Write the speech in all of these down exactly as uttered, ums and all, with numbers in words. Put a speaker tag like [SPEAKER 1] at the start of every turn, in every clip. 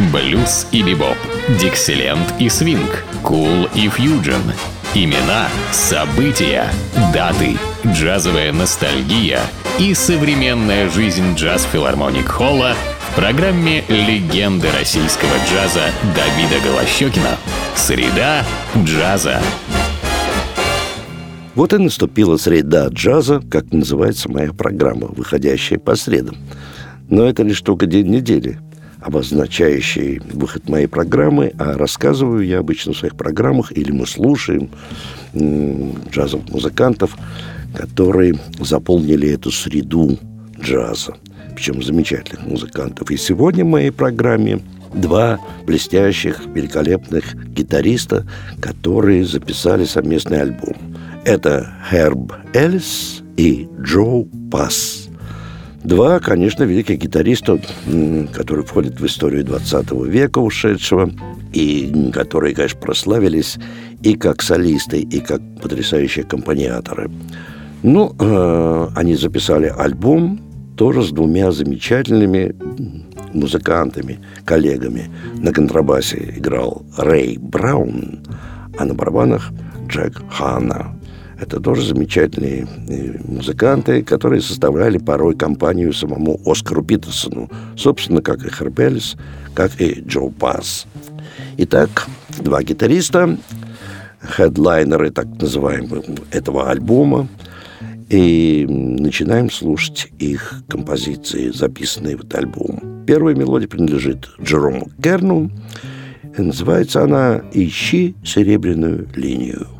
[SPEAKER 1] блюз и бибоп, диксиленд и свинг, кул и фьюджен. Имена, события, даты, джазовая ностальгия и современная жизнь джаз-филармоник Холла в программе «Легенды российского джаза» Давида Голощёкина. Среда джаза.
[SPEAKER 2] Вот и наступила среда джаза, как называется моя программа, выходящая по средам. Но это лишь только день недели, обозначающий выход моей программы, а рассказываю я обычно в своих программах, или мы слушаем м- джазовых музыкантов, которые заполнили эту среду джаза, причем замечательных музыкантов. И сегодня в моей программе два блестящих, великолепных гитариста, которые записали совместный альбом. Это Херб Эллис и Джо Пасс. Два, конечно, великих гитариста, которые входят в историю двадцатого века ушедшего, и которые, конечно, прославились и как солисты, и как потрясающие аккомпаниаторы. Ну, э, они записали альбом тоже с двумя замечательными музыкантами, коллегами. На контрабасе играл Рэй Браун, а на барабанах Джек Ханна. Это тоже замечательные музыканты, которые составляли порой компанию самому Оскару Питерсону, собственно, как и Херб Эллис, как и Джо Пасс. Итак, два гитариста, хедлайнеры, так называемые, этого альбома, и начинаем слушать их композиции, записанные в этот альбом. Первая мелодия принадлежит Джерому Керну, и называется она «Ищи серебряную линию».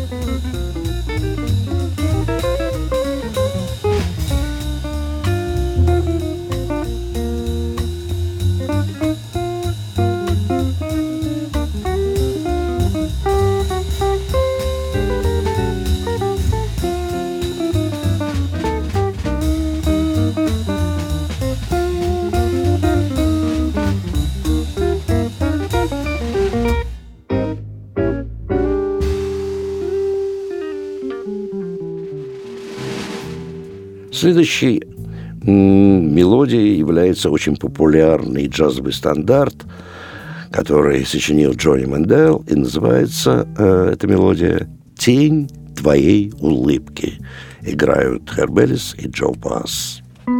[SPEAKER 2] Следующей м- мелодией является очень популярный джазовый стандарт, который сочинил Джонни Мэндел, и называется э, эта мелодия «Тень твоей улыбки». Играют Херб Эллис и Джо Пасс.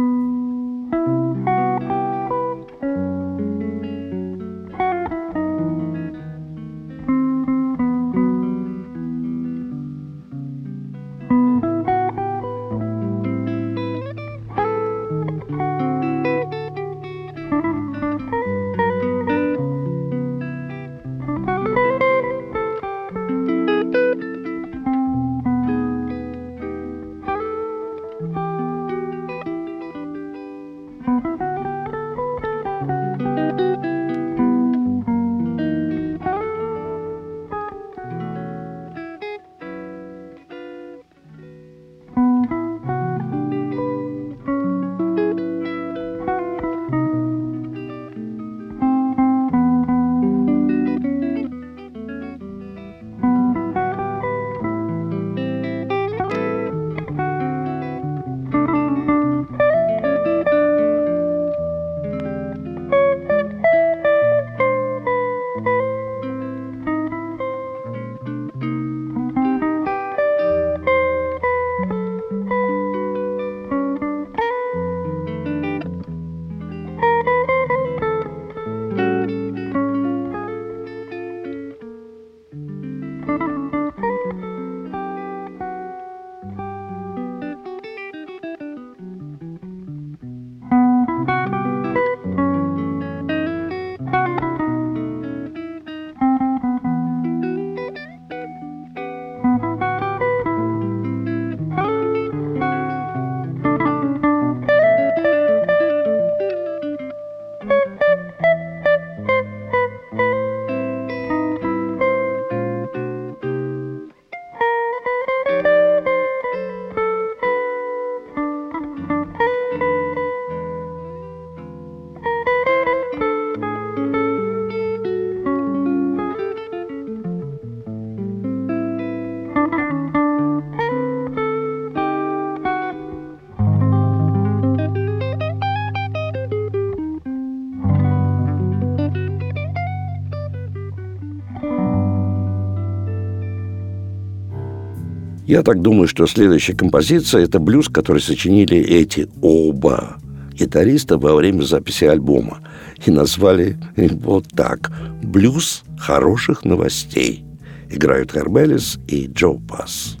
[SPEAKER 2] Я так думаю, что следующая композиция – это блюз, который сочинили эти оба гитариста во время записи альбома. И назвали вот так – «Блюз хороших новостей». Играют Херб Эллис и Джо Пасс.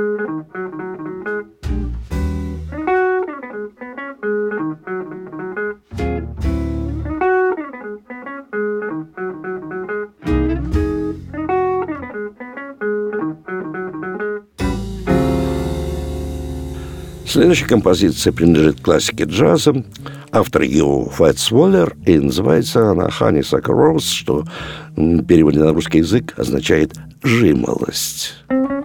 [SPEAKER 2] Следующая композиция принадлежит классике джаза. Автор ее Фэтс Уоллер, и называется она «Honeysuckle Rose», что в переводе на русский язык означает «жимолость».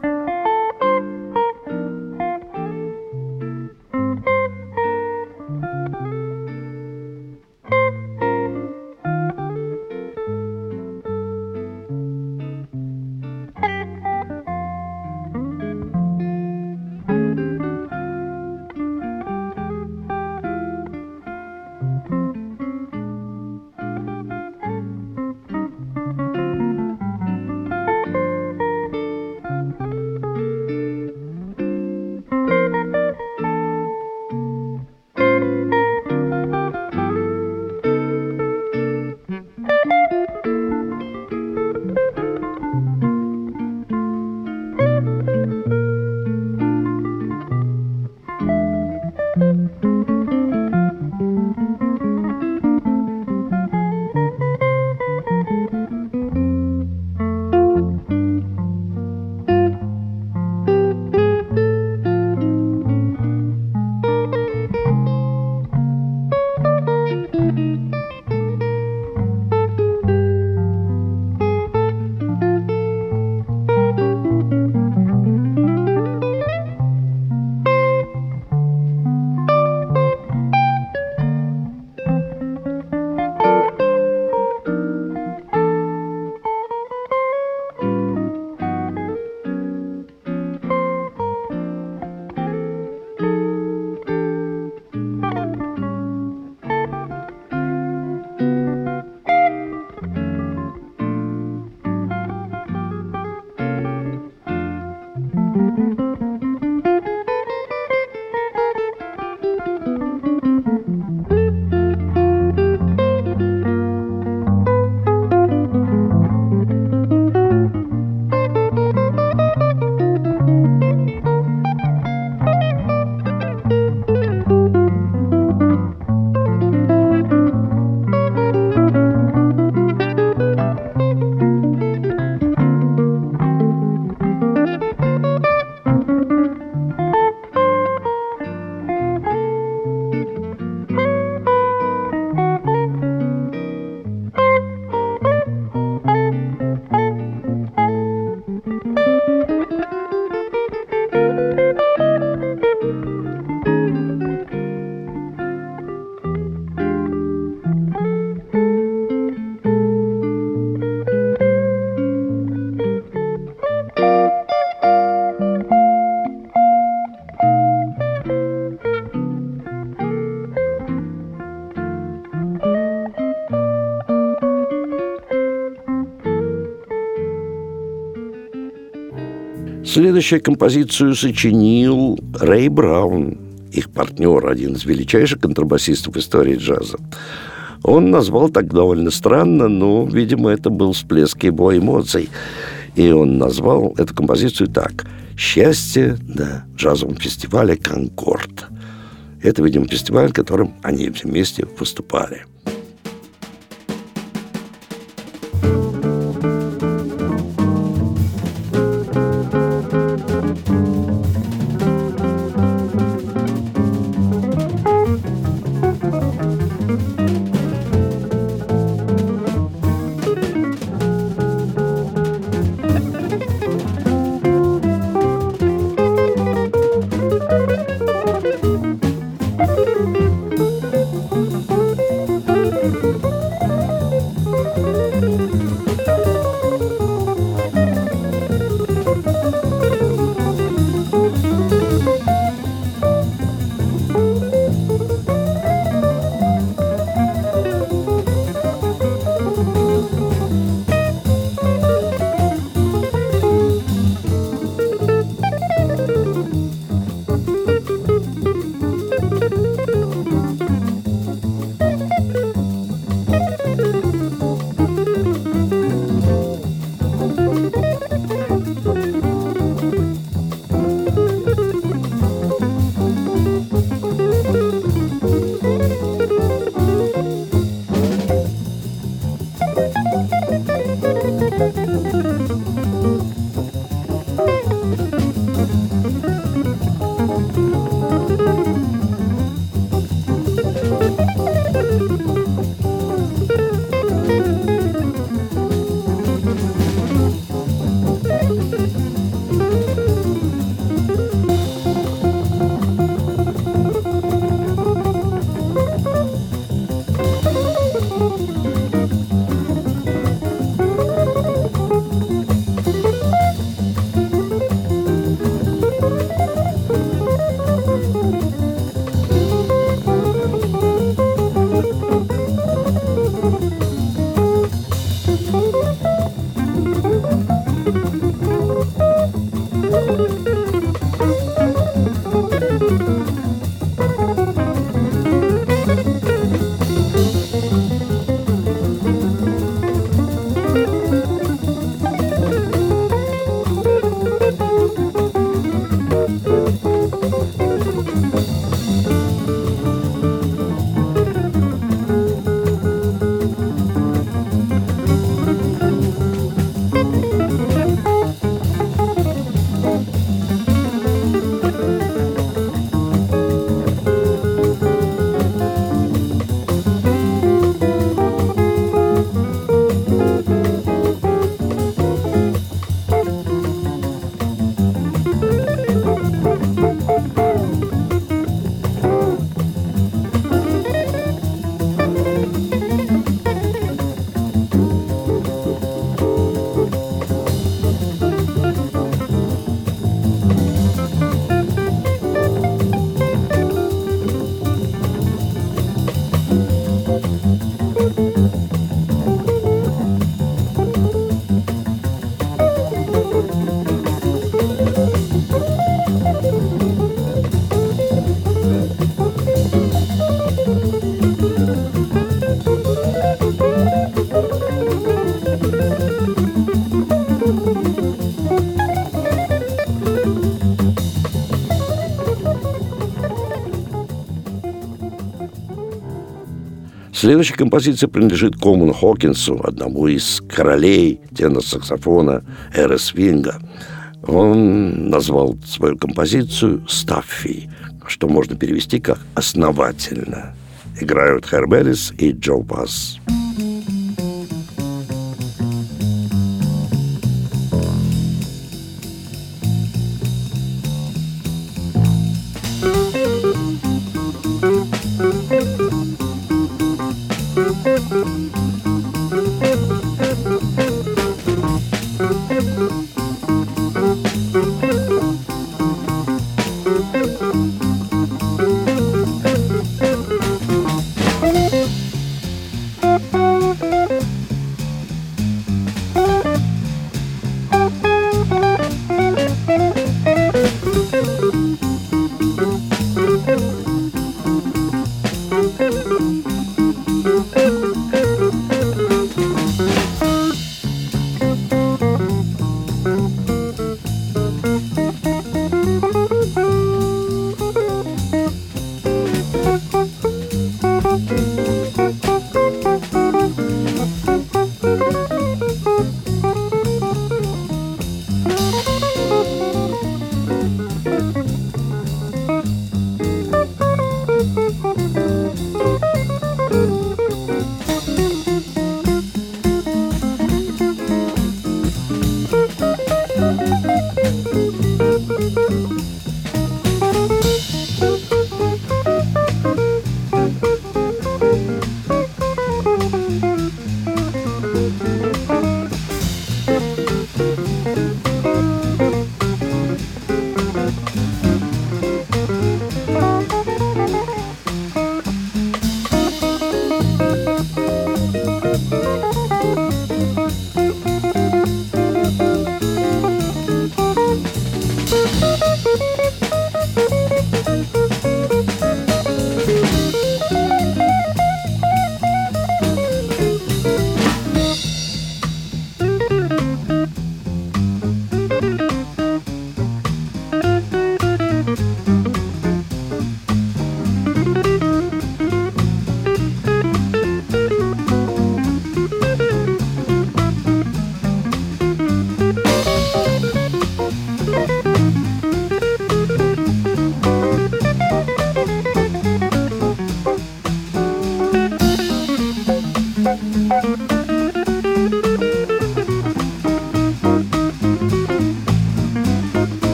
[SPEAKER 2] Следующую композицию сочинил Рэй Браун, их партнер, один из величайших контрабасистов в истории джаза. Он назвал так довольно странно, но, видимо, это был всплеск его эмоций. И он назвал эту композицию так: «Счастье на джазовом фестивале «Конкорд». Это, видимо, фестиваль, в котором они все вместе выступали. Следующая композиция принадлежит Колману Хокинсу, одному из королей тенор-саксофона эры свинга. Он назвал свою композицию «Стаффи», что можно перевести как «основательно». Играют Херб Эллис и Джо Басс.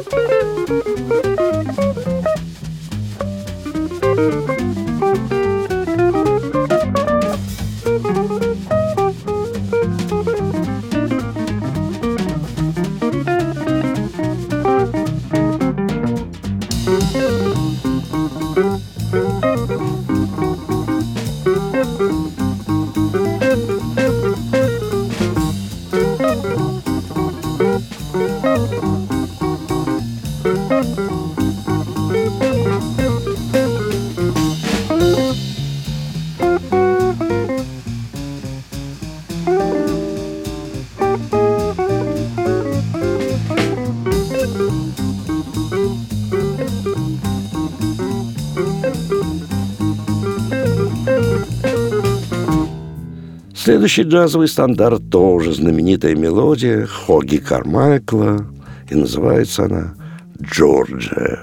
[SPEAKER 2] Следующий джазовый стандарт тоже знаменитая мелодия Хоги Кармайкла, и называется она «Джорджия».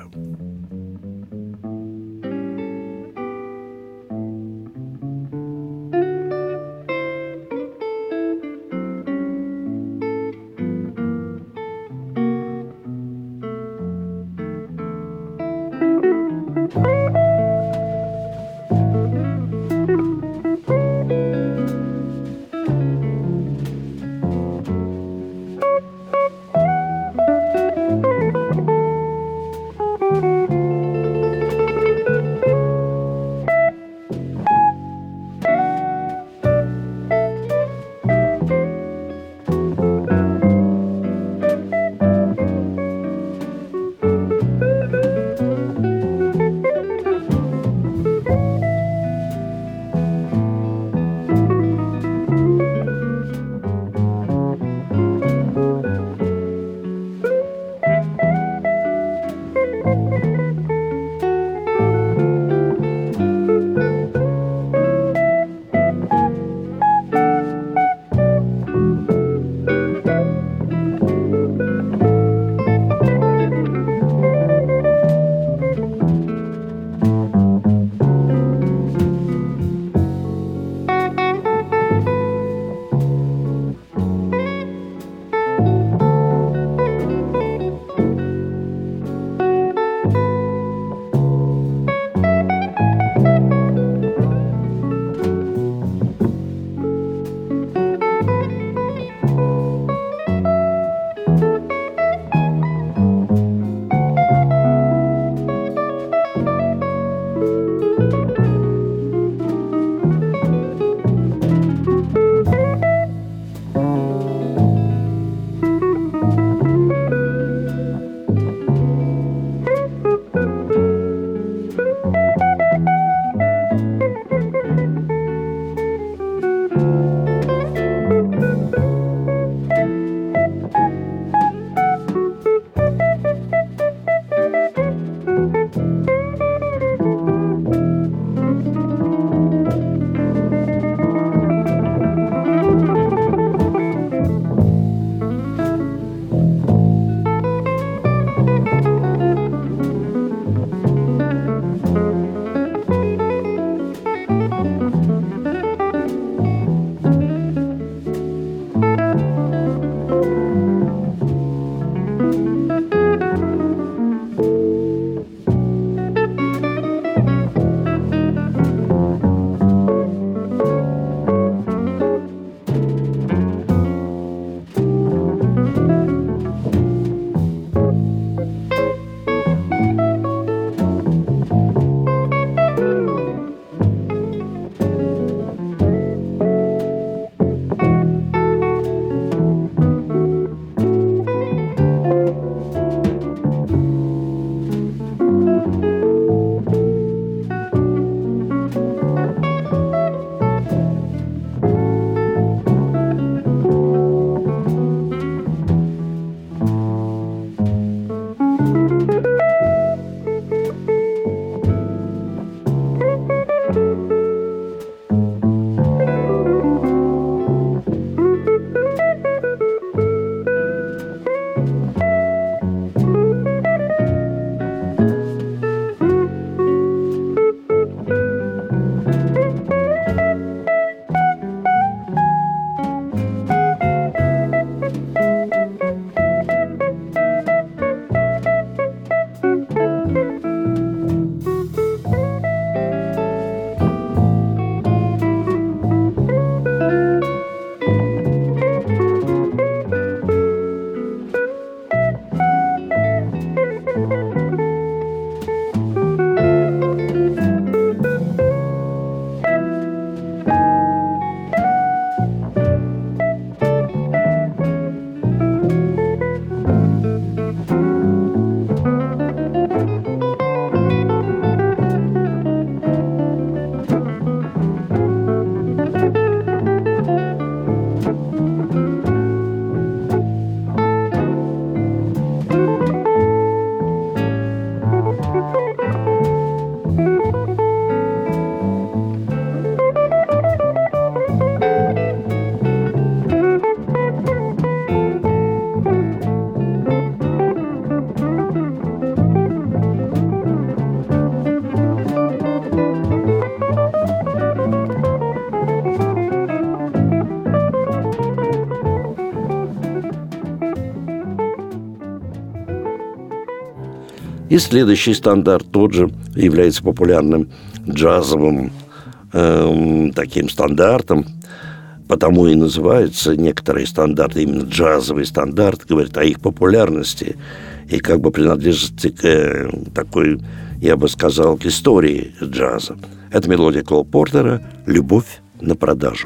[SPEAKER 2] И следующий стандарт тот же является популярным джазовым э, таким стандартом. Потому и называются некоторые стандарты именно джазовый стандарт, говорит о их популярности и как бы принадлежности к э, такой, я бы сказал, к истории джаза. Это мелодия Кола Портера «Любовь на продажу».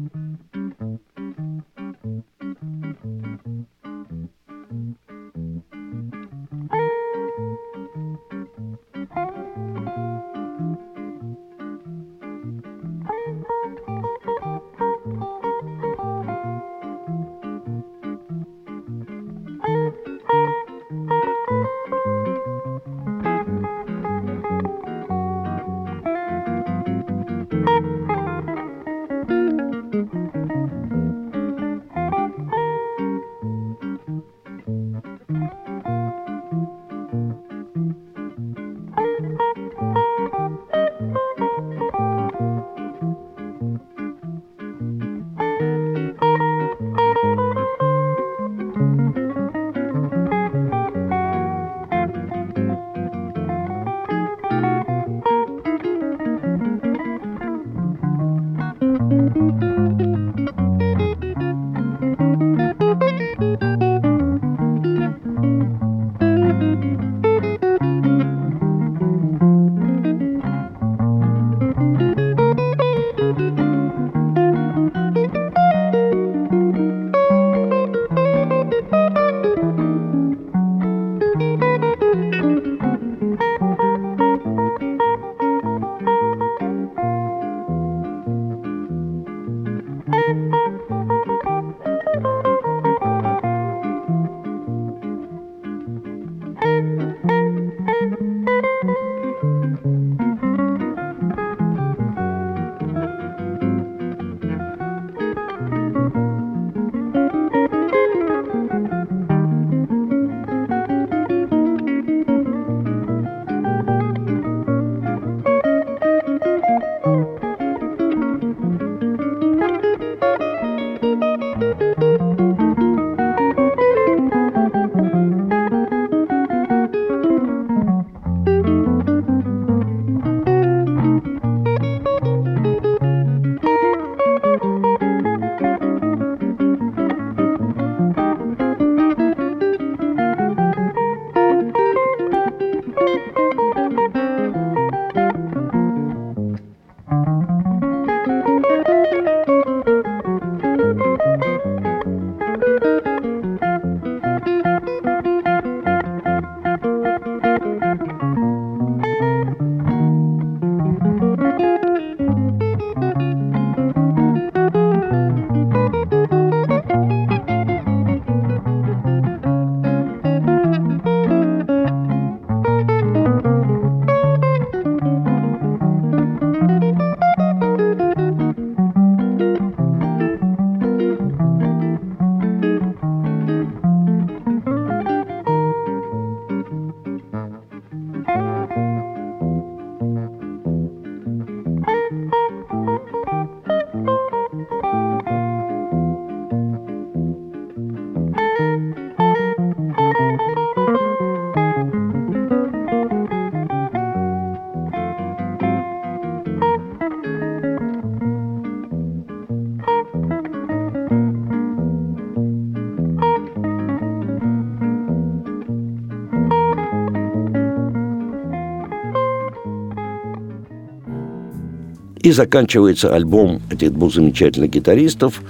[SPEAKER 2] И заканчивается альбом этих двух замечательных гитаристов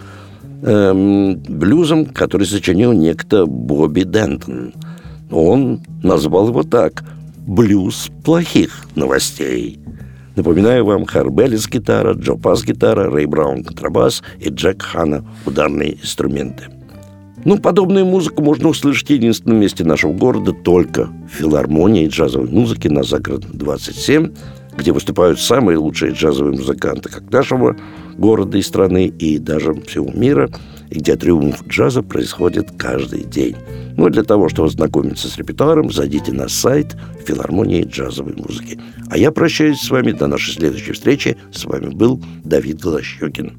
[SPEAKER 2] эм, блюзом, который сочинил некто Бобби Дентон. Он назвал его так: «Блюз плохих новостей». Напоминаю вам, Харви Беллис гитара, Джо Пасс гитара, Рэй Браун контрабас и Джек Ханна ударные инструменты. Ну, подобную музыку можно услышать в единственном месте нашего города, только в филармонии джазовой музыки на Загородной двадцать семь, где выступают самые лучшие джазовые музыканты как нашего города и страны, и даже всего мира, и где триумф джаза происходит каждый день. Ну, и для того, чтобы ознакомиться с репертуаром, зайдите на сайт филармонии джазовой музыки. А я прощаюсь с вами до нашей следующей встречи. С вами был Давид Голощёкин.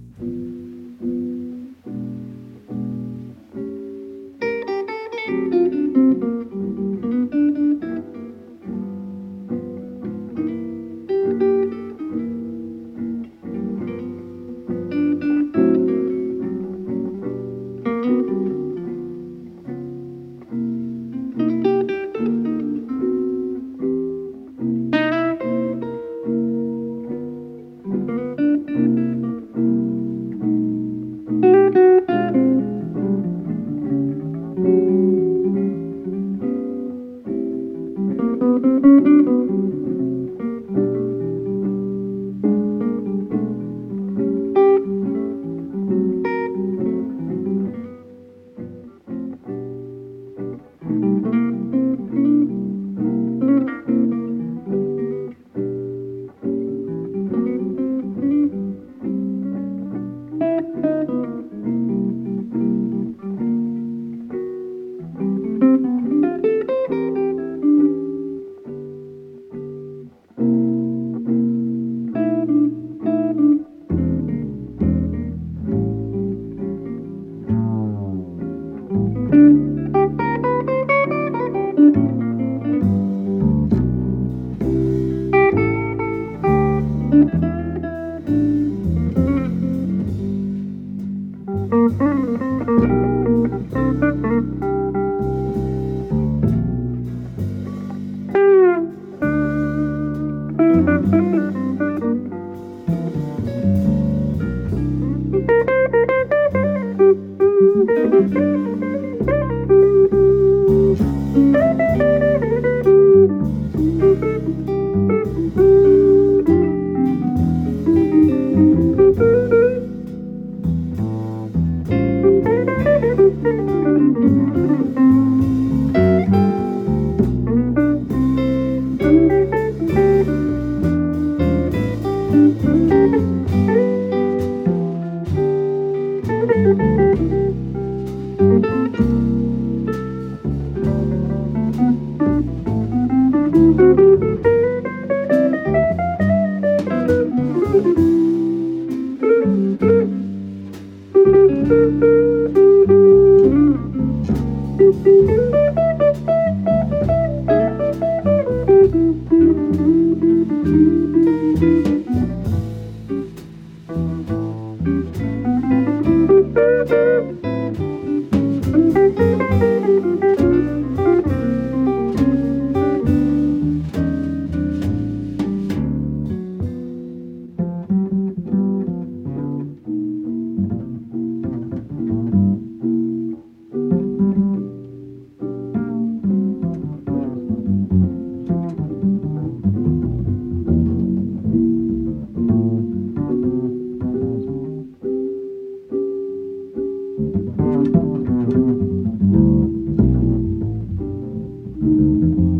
[SPEAKER 3] Thank you.